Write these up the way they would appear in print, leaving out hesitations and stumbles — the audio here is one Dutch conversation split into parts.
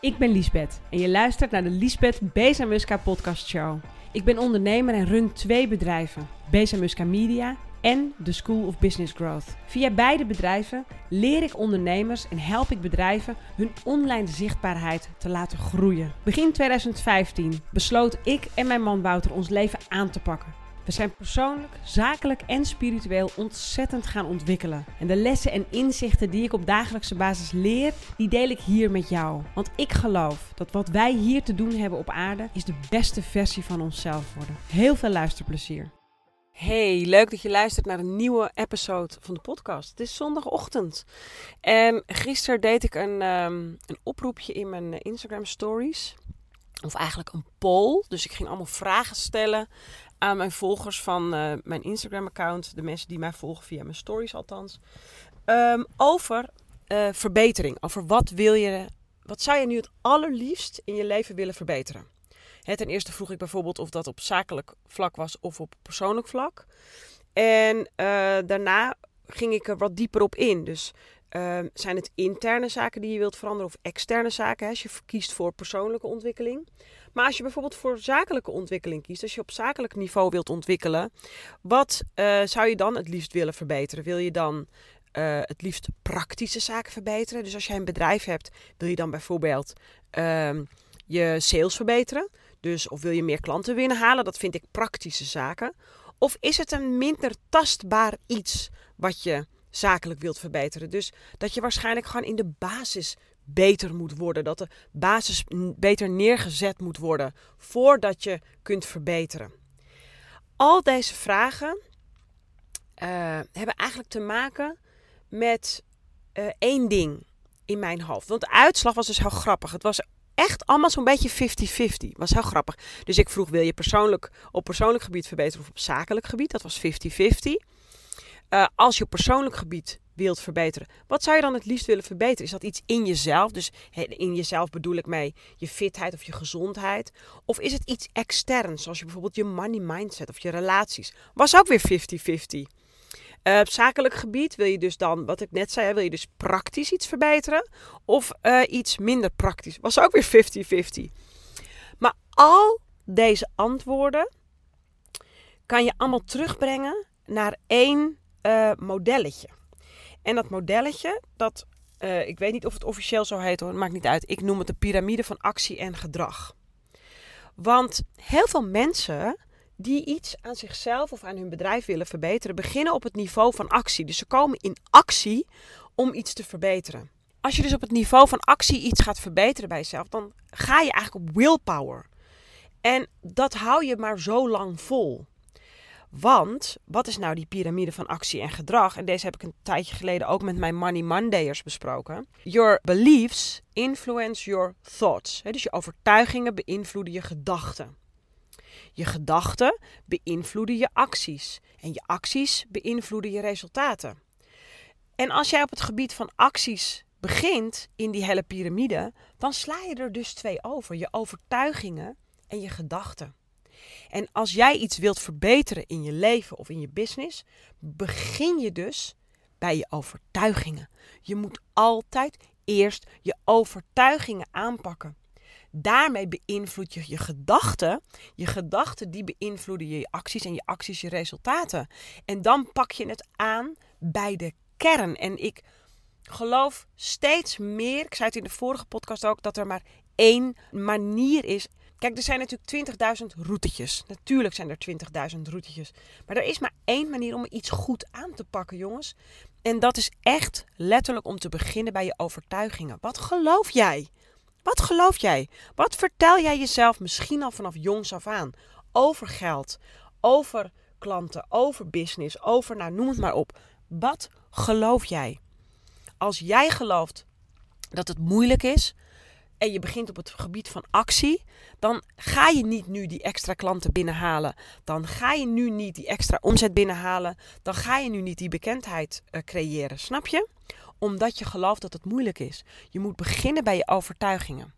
Ik ben Liesbeth en je luistert naar de Liesbeth Bezamuska podcast show. Ik ben ondernemer en run 2 bedrijven, Bezamuska Media en The School of Business Growth. Via beide bedrijven leer ik ondernemers en help ik bedrijven hun online zichtbaarheid te laten groeien. Begin 2015 besloot ik en mijn man Wouter ons leven aan te pakken. We zijn persoonlijk, zakelijk en spiritueel ontzettend gaan ontwikkelen. En de lessen en inzichten die ik op dagelijkse basis leer, die deel ik hier met jou. Want ik geloof dat wat wij hier te doen hebben op aarde, is de beste versie van onszelf worden. Heel veel luisterplezier. Hey, leuk dat je luistert naar een nieuwe episode van de podcast. Het is zondagochtend. En gisteren deed ik een oproepje in mijn Instagram stories. Of eigenlijk een poll. Dus ik ging allemaal vragen stellen aan mijn volgers van mijn Instagram account. De mensen die mij volgen via mijn stories althans. Over verbetering. Over wat zou je nu het allerliefst in je leven willen verbeteren? Ten eerste vroeg ik bijvoorbeeld of dat op zakelijk vlak was of op persoonlijk vlak. En daarna ging ik er wat dieper op in. Dus zijn het interne zaken die je wilt veranderen of externe zaken? Als je kiest voor persoonlijke ontwikkeling. Maar als je bijvoorbeeld voor zakelijke ontwikkeling kiest, als je op zakelijk niveau wilt ontwikkelen, wat zou je dan het liefst willen verbeteren? Wil je dan het liefst praktische zaken verbeteren? Dus als jij een bedrijf hebt, wil je dan bijvoorbeeld je sales verbeteren? Dus of wil je meer klanten binnenhalen? Dat vind ik praktische zaken. Of is het een minder tastbaar iets wat je zakelijk wilt verbeteren? Dus dat je waarschijnlijk gewoon in de basis beter moet worden. Dat de basis beter neergezet moet worden voordat je kunt verbeteren. Al deze vragen hebben eigenlijk te maken met één ding in mijn hoofd. Want de uitslag was dus heel grappig. Het was echt allemaal zo'n beetje 50-50. Was heel grappig. Dus ik vroeg, wil je op persoonlijk gebied verbeteren of op zakelijk gebied? Dat was 50-50. Als je op persoonlijk gebied wilt verbeteren, wat zou je dan het liefst willen verbeteren? Is dat iets in jezelf? Dus in jezelf bedoel ik mee je fitheid of je gezondheid. Of is het iets externs, zoals je bijvoorbeeld je money mindset of je relaties? Was ook weer 50-50. Op zakelijk gebied wil je dus dan, wat ik net zei, wil je dus praktisch iets verbeteren of iets minder praktisch. Was ook weer 50-50. Maar al deze antwoorden kan je allemaal terugbrengen naar één modelletje. En dat modelletje, ik weet niet of het officieel zo heet hoor, maakt niet uit. Ik noem het de piramide van actie en gedrag. Want heel veel mensen die iets aan zichzelf of aan hun bedrijf willen verbeteren, beginnen op het niveau van actie. Dus ze komen in actie om iets te verbeteren. Als je dus op het niveau van actie iets gaat verbeteren bij jezelf, dan ga je eigenlijk op willpower. En dat hou je maar zo lang vol. Want, wat is nou die piramide van actie en gedrag? En deze heb ik een tijdje geleden ook met mijn Money Mondayers besproken. Your beliefs influence your thoughts. Dus je overtuigingen beïnvloeden je gedachten. Je gedachten beïnvloeden je acties. En je acties beïnvloeden je resultaten. En als jij op het gebied van acties begint in die hele piramide, dan sla je er dus 2 over. Je overtuigingen en je gedachten. En als jij iets wilt verbeteren in je leven of in je business, begin je dus bij je overtuigingen. Je moet altijd eerst je overtuigingen aanpakken. Daarmee beïnvloed je je gedachten. Je gedachten die beïnvloeden je acties en je acties je resultaten. En dan pak je het aan bij de kern. En ik geloof steeds meer, ik zei het in de vorige podcast ook, dat er maar één manier is. Kijk, er zijn natuurlijk 20.000 routetjes. Natuurlijk zijn er 20.000 routetjes. Maar er is maar één manier om iets goed aan te pakken, jongens. En dat is echt letterlijk om te beginnen bij je overtuigingen. Wat geloof jij? Wat geloof jij? Wat vertel jij jezelf misschien al vanaf jongs af aan? Over geld, over klanten, over business, noem het maar op. Wat geloof jij? Als jij gelooft dat het moeilijk is en je begint op het gebied van actie, dan ga je niet nu die extra klanten binnenhalen. Dan ga je nu niet die extra omzet binnenhalen. Dan ga je nu niet die bekendheid creëren. Snap je? Omdat je gelooft dat het moeilijk is. Je moet beginnen bij je overtuigingen.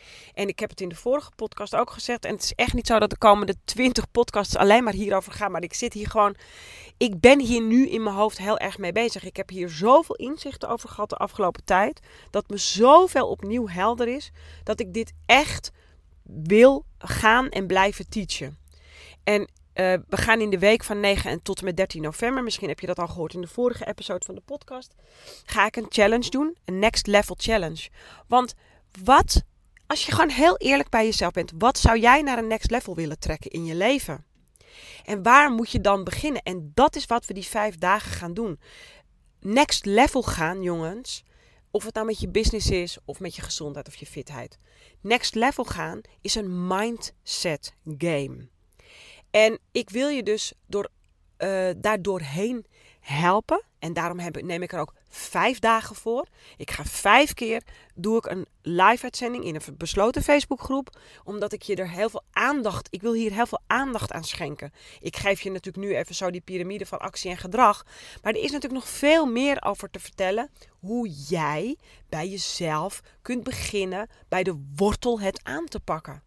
En ik heb het in de vorige podcast ook gezegd. En het is echt niet zo dat de komende 20 podcasts alleen maar hierover gaan. Maar ik ben hier nu in mijn hoofd heel erg mee bezig. Ik heb hier zoveel inzichten over gehad de afgelopen tijd. Dat me zoveel opnieuw helder is. Dat ik dit echt wil gaan en blijven teachen. En we gaan in de week van 9 en tot en met 13 november. Misschien heb je dat al gehoord in de vorige episode van de podcast. Ga ik een challenge doen. Een next level challenge. Want als je gewoon heel eerlijk bij jezelf bent. Wat zou jij naar een next level willen trekken in je leven? En waar moet je dan beginnen? En dat is wat we die 5 dagen gaan doen. Next level gaan, jongens. Of het nou met je business is of met je gezondheid of je fitheid. Next level gaan is een mindset game. En ik wil je dus daar doorheen helpen. En daarom neem ik er ook 5 dagen voor. Ik ga 5 keer doe ik een live uitzending in een besloten Facebookgroep. Omdat ik je er ik wil hier heel veel aandacht aan schenken. Ik geef je natuurlijk nu even zo die piramide van actie en gedrag. Maar er is natuurlijk nog veel meer over te vertellen. Hoe jij bij jezelf kunt beginnen bij de wortel het aan te pakken.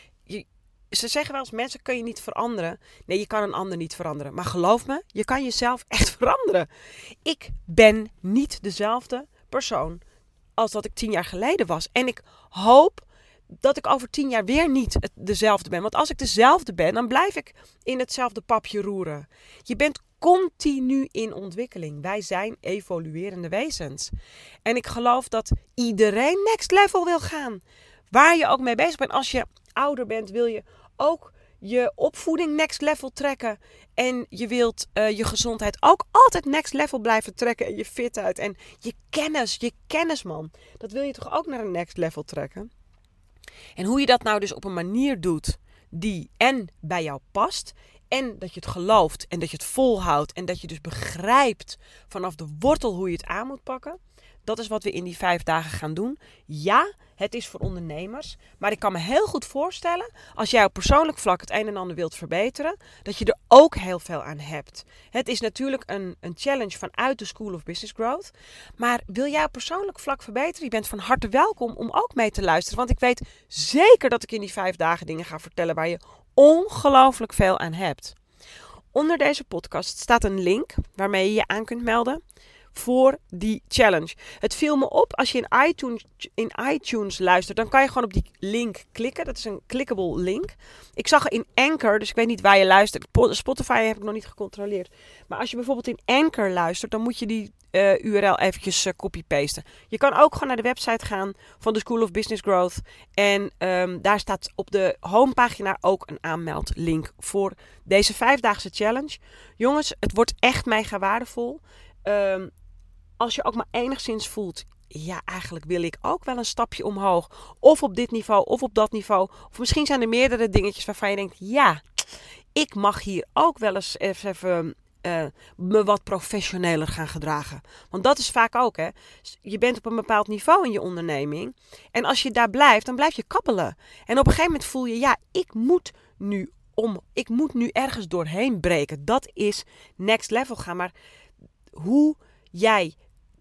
Ze zeggen wel eens, mensen kun je niet veranderen. Nee, je kan een ander niet veranderen. Maar geloof me, je kan jezelf echt veranderen. Ik ben niet dezelfde persoon als dat ik 10 jaar geleden was. En ik hoop dat ik over 10 jaar weer niet dezelfde ben. Want als ik dezelfde ben, dan blijf ik in hetzelfde papje roeren. Je bent continu in ontwikkeling. Wij zijn evoluerende wezens. En ik geloof dat iedereen next level wil gaan. Waar je ook mee bezig bent. Als je ouder bent, wil je ook je opvoeding next level trekken. En je wilt je gezondheid ook altijd next level blijven trekken. En je fitheid en je kennis man. Dat wil je toch ook naar een next level trekken? En hoe je dat nou dus op een manier doet die en bij jou past. En dat je het gelooft en dat je het volhoudt. En dat je dus begrijpt vanaf de wortel hoe je het aan moet pakken. Dat is wat we in die 5 dagen gaan doen. Ja, het is voor ondernemers. Maar ik kan me heel goed voorstellen, als jij op persoonlijk vlak het een en ander wilt verbeteren, dat je er ook heel veel aan hebt. Het is natuurlijk een challenge vanuit de School of Business Growth. Maar wil jij op persoonlijk vlak verbeteren? Je bent van harte welkom om ook mee te luisteren. Want ik weet zeker dat ik in die 5 dagen dingen ga vertellen waar je ongelooflijk veel aan hebt. Onder deze podcast staat een link waarmee je je aan kunt melden voor die challenge. Het viel me op, als je in iTunes luistert, dan kan je gewoon op die link klikken. Dat is een clickable link. Ik zag in Anchor, dus ik weet niet waar je luistert. Spotify heb ik nog niet gecontroleerd. Maar als je bijvoorbeeld in Anchor luistert, dan moet je die URL eventjes copy-pasten. Je kan ook gewoon naar de website gaan van de School of Business Growth. En daar staat op de homepagina ook een aanmeldlink voor deze 5-daagse challenge. Jongens, het wordt echt mega waardevol. Als je ook maar enigszins voelt, ja, eigenlijk wil ik ook wel een stapje omhoog. Of op dit niveau, of op dat niveau. Of misschien zijn er meerdere dingetjes waarvan je denkt, ja, ik mag hier ook wel eens even me wat professioneler gaan gedragen. Want dat is vaak ook, hè. Je bent op een bepaald niveau in je onderneming. En als je daar blijft, dan blijf je kabbelen. En op een gegeven moment voel je, ja, ik moet nu ergens doorheen breken. Dat is next level gaan. Maar hoe jij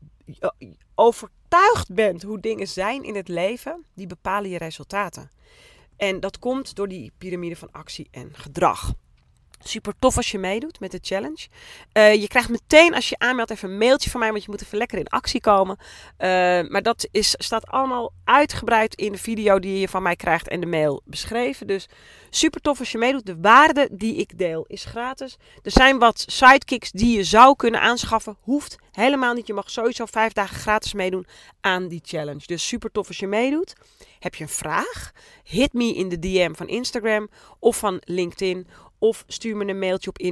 overtuigd bent hoe dingen zijn in het leven, die bepalen je resultaten. En dat komt door die piramide van actie en gedrag. Super tof als je meedoet met de challenge. Je krijgt meteen als je aanmeldt even een mailtje van mij, want je moet even lekker in actie komen. Maar dat staat allemaal uitgebreid in de video die je van mij krijgt en de mail beschreven. Dus super tof als je meedoet. De waarde die ik deel is gratis. Er zijn wat sidekicks die je zou kunnen aanschaffen. Hoeft helemaal niet. Je mag sowieso 5 dagen gratis meedoen aan die challenge. Dus super tof als je meedoet. Heb je een vraag? Hit me in de DM van Instagram of van LinkedIn. Of stuur me een mailtje op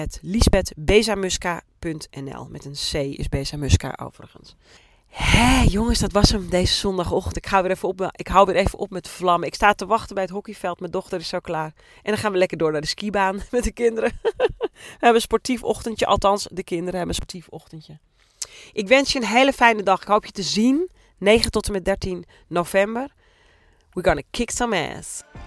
info@lisbethbezamuska.nl. Met een C is Bezamuska overigens. Jongens, dat was hem deze zondagochtend. Ik hou weer even op met vlammen. Ik sta te wachten bij het hockeyveld. Mijn dochter is zo klaar. En dan gaan we lekker door naar de skibaan met de kinderen. We hebben een sportief ochtendje. Althans, de kinderen hebben een sportief ochtendje. Ik wens je een hele fijne dag. Ik hoop je te zien. 9 tot en met 13 november. We're gonna kick some ass.